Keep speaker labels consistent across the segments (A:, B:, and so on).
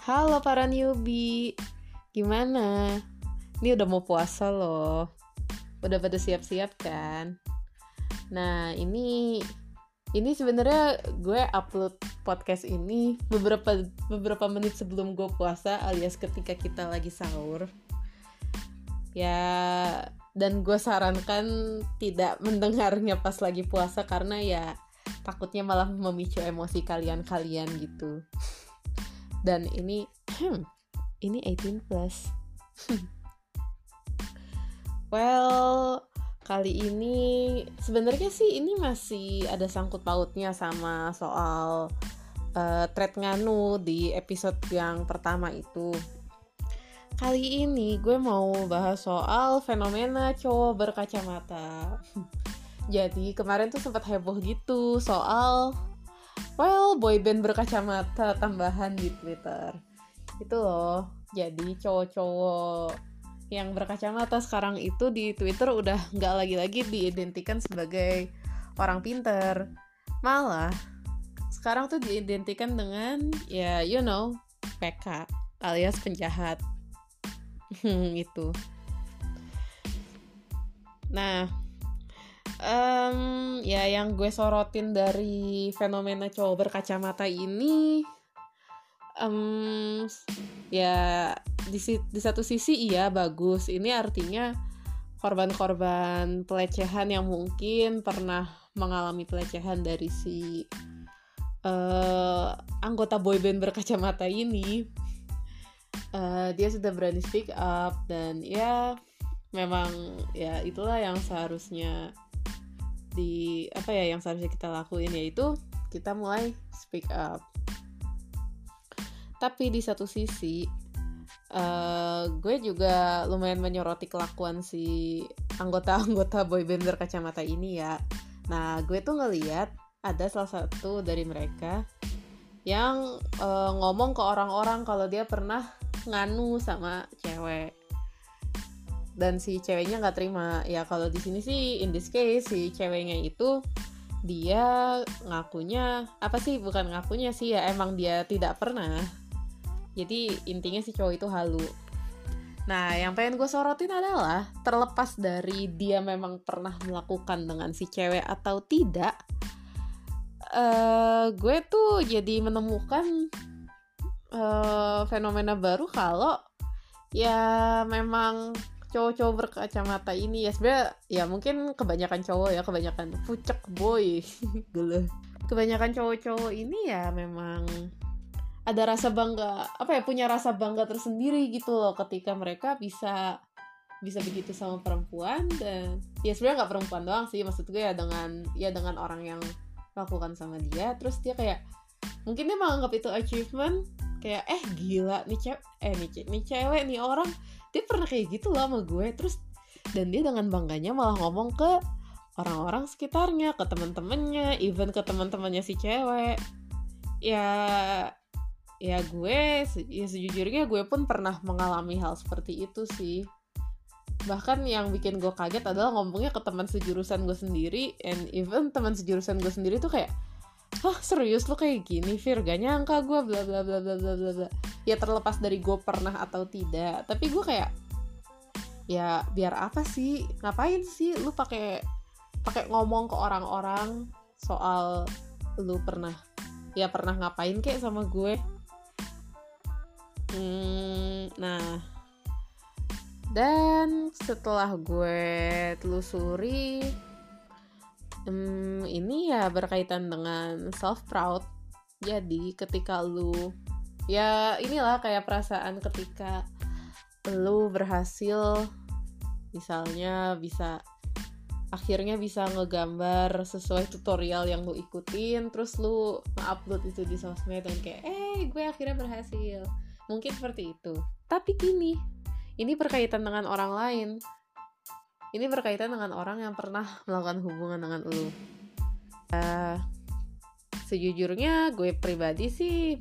A: Halo para newbie, gimana? Ini udah mau puasa loh. Udah pada siap-siap kan? Nah, ini sebenarnya gue upload podcast ini beberapa menit sebelum gue puasa, alias ketika kita lagi sahur. Ya, dan gue sarankan tidak mendengarnya pas lagi puasa karena ya takutnya malah memicu emosi kalian gitu. Dan ini 18 plus. Well, kali ini sebenarnya sih ini masih ada sangkut pautnya sama soal thread nganu di episode yang pertama itu. Kali ini gue mau bahas soal fenomena cowok berkacamata. Jadi kemarin tuh sempat heboh gitu soal boyband berkacamata tambahan di Twitter. Itu loh. Jadi cowok-cowok yang berkacamata sekarang itu di Twitter udah gak lagi-lagi diidentikan sebagai orang pinter. Malah sekarang tuh diidentikan dengan PK alias penjahat. Itu. Nah, yang gue sorotin dari fenomena cowok berkacamata ini, di satu sisi iya bagus. Ini artinya korban-korban pelecehan yang mungkin pernah mengalami pelecehan dari si anggota boyband berkacamata ini, dia sudah berani speak up dan ya memang ya itulah yang seharusnya yang seharusnya kita lakuin, yaitu kita mulai speak up. Tapi di satu sisi gue juga lumayan menyoroti kelakuan si anggota boyband berkacamata ini ya. Nah, gue tuh ngeliat ada salah satu dari mereka yang ngomong ke orang-orang kalau dia pernah nganu sama cewek. Dan si ceweknya nggak terima. Ya kalau di sini sih in this case si ceweknya itu dia ngakunya bukan ngakunya sih ya, emang dia tidak pernah. Jadi intinya si cowok itu halu. Nah, yang pengen gue sorotin adalah terlepas dari dia memang pernah melakukan dengan si cewek atau tidak, gue tuh jadi menemukan fenomena baru kalau ya memang cowok-cowok berkacamata ini ya sebenarnya ya mungkin kebanyakan cowok ya, kebanyakan pucek boy gila. Kebanyakan cowok-cowok ini ya memang ada rasa bangga, punya rasa bangga tersendiri gitu loh ketika mereka bisa begitu sama perempuan. Dan ya sebenarnya nggak perempuan doang sih, maksud gue ya dengan orang yang lakukan sama dia, terus dia kayak mungkin dia menganggap itu achievement, kayak gila nih cewek nih orang dia pernah kayak gitu loh sama gue. Terus dan dia dengan bangganya malah ngomong ke orang-orang sekitarnya, ke teman-temannya, even ke teman-temannya si cewek. Ya sejujurnya gue pun pernah mengalami hal seperti itu sih. Bahkan yang bikin gue kaget adalah ngomongnya ke teman sejurusan gue sendiri, and even teman sejurusan gue sendiri tuh kayak, serius lo kayak gini, Fir? Gak nyangka gue bla bla bla bla bla bla. Ya terlepas dari gue pernah atau tidak, tapi gue kayak ya biar apa sih, ngapain sih lu pakai ngomong ke orang-orang soal lu pernah ngapain kayak sama gue. Nah, dan setelah gue telusuri, ini ya berkaitan dengan self proud. Jadi ketika lu ya inilah kayak perasaan ketika lu berhasil, misalnya akhirnya bisa ngegambar sesuai tutorial yang lu ikutin, terus lu nge-upload itu di sosmed dan kayak gue akhirnya berhasil. Mungkin seperti itu. Tapi ini berkaitan dengan orang lain. Ini berkaitan dengan orang yang pernah melakukan hubungan dengan lu. Sejujurnya gue pribadi sih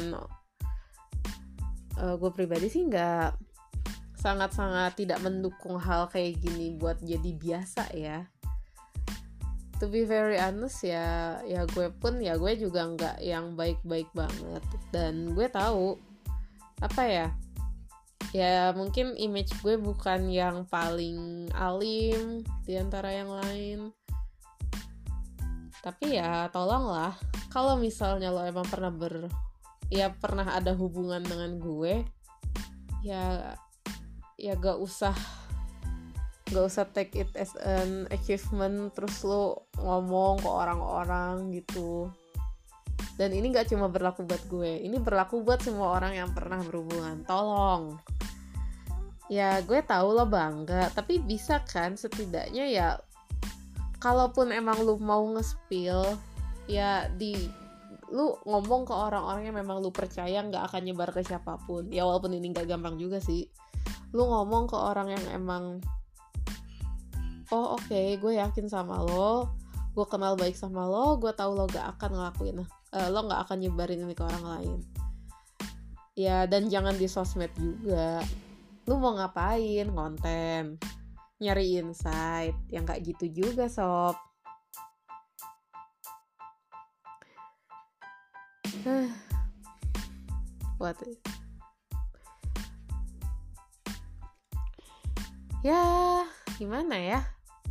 A: nggak, sangat-sangat tidak mendukung hal kayak gini buat jadi biasa ya. To be very honest ya gue juga nggak yang baik-baik banget. Dan gue tahu apa ya, ya mungkin image gue bukan yang paling alim di antara yang lain. Tapi ya tolonglah, kalau misalnya lo emang pernah pernah ada hubungan dengan gue, ya gak usah take it as an achievement terus lo ngomong ke orang-orang gitu. Dan ini gak cuma berlaku buat gue, ini berlaku buat semua orang yang pernah berhubungan. Tolong. Ya gue tahu lo bangga, tapi bisa kan setidaknya ya, kalaupun emang lu mau nge-spill, ya lu ngomong ke orang-orang yang memang lu percaya gak akan nyebar ke siapapun. Ya walaupun ini gak gampang juga sih. Lu ngomong ke orang yang emang, oh oke, gue yakin sama lo, gue kenal baik sama lo, gue tahu lo gak akan ngelakuin, lo gak akan nyebarin ini ke orang lain. Ya dan jangan di sosmed juga. Lu mau ngapain? Konten, nyari insight, yang kayak gitu juga sob. What? Ya gimana ya.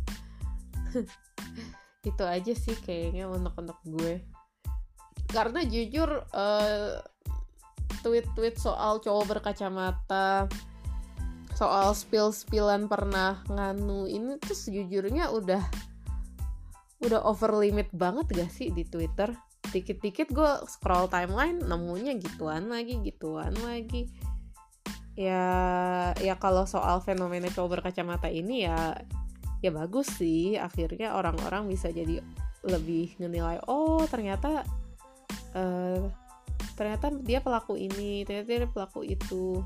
A: Itu aja sih kayaknya untuk gue. Karena jujur tweet-tweet soal cowok berkacamata, soal spill-spillan pernah nganu, ini tuh sejujurnya udah over limit banget gak sih di Twitter. Dikit-dikit gue scroll timeline nemunya gituan lagi. Ya kalau soal fenomena cowok berkacamata ini ya bagus sih, akhirnya orang-orang bisa jadi lebih ngenilai, oh ternyata dia pelaku ini, ternyata dia pelaku itu.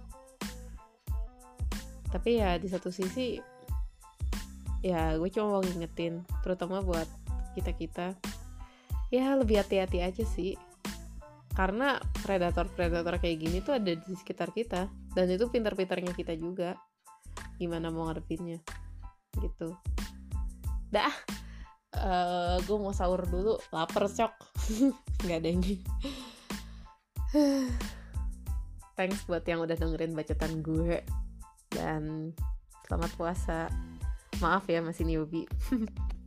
A: Tapi ya di satu sisi ya gue cuma mau ngingetin, terutama buat kita ya lebih hati-hati aja sih, karena predator kayak gini tuh ada di sekitar kita, dan itu pintar-pintarnya kita juga gimana mau ngadepinnya gitu. Dah, gue mau sahur dulu, lapar cok. Nggak ada ini. Thanks buat yang udah dengerin bacotan gue, dan selamat puasa. Maaf ya masih newbie.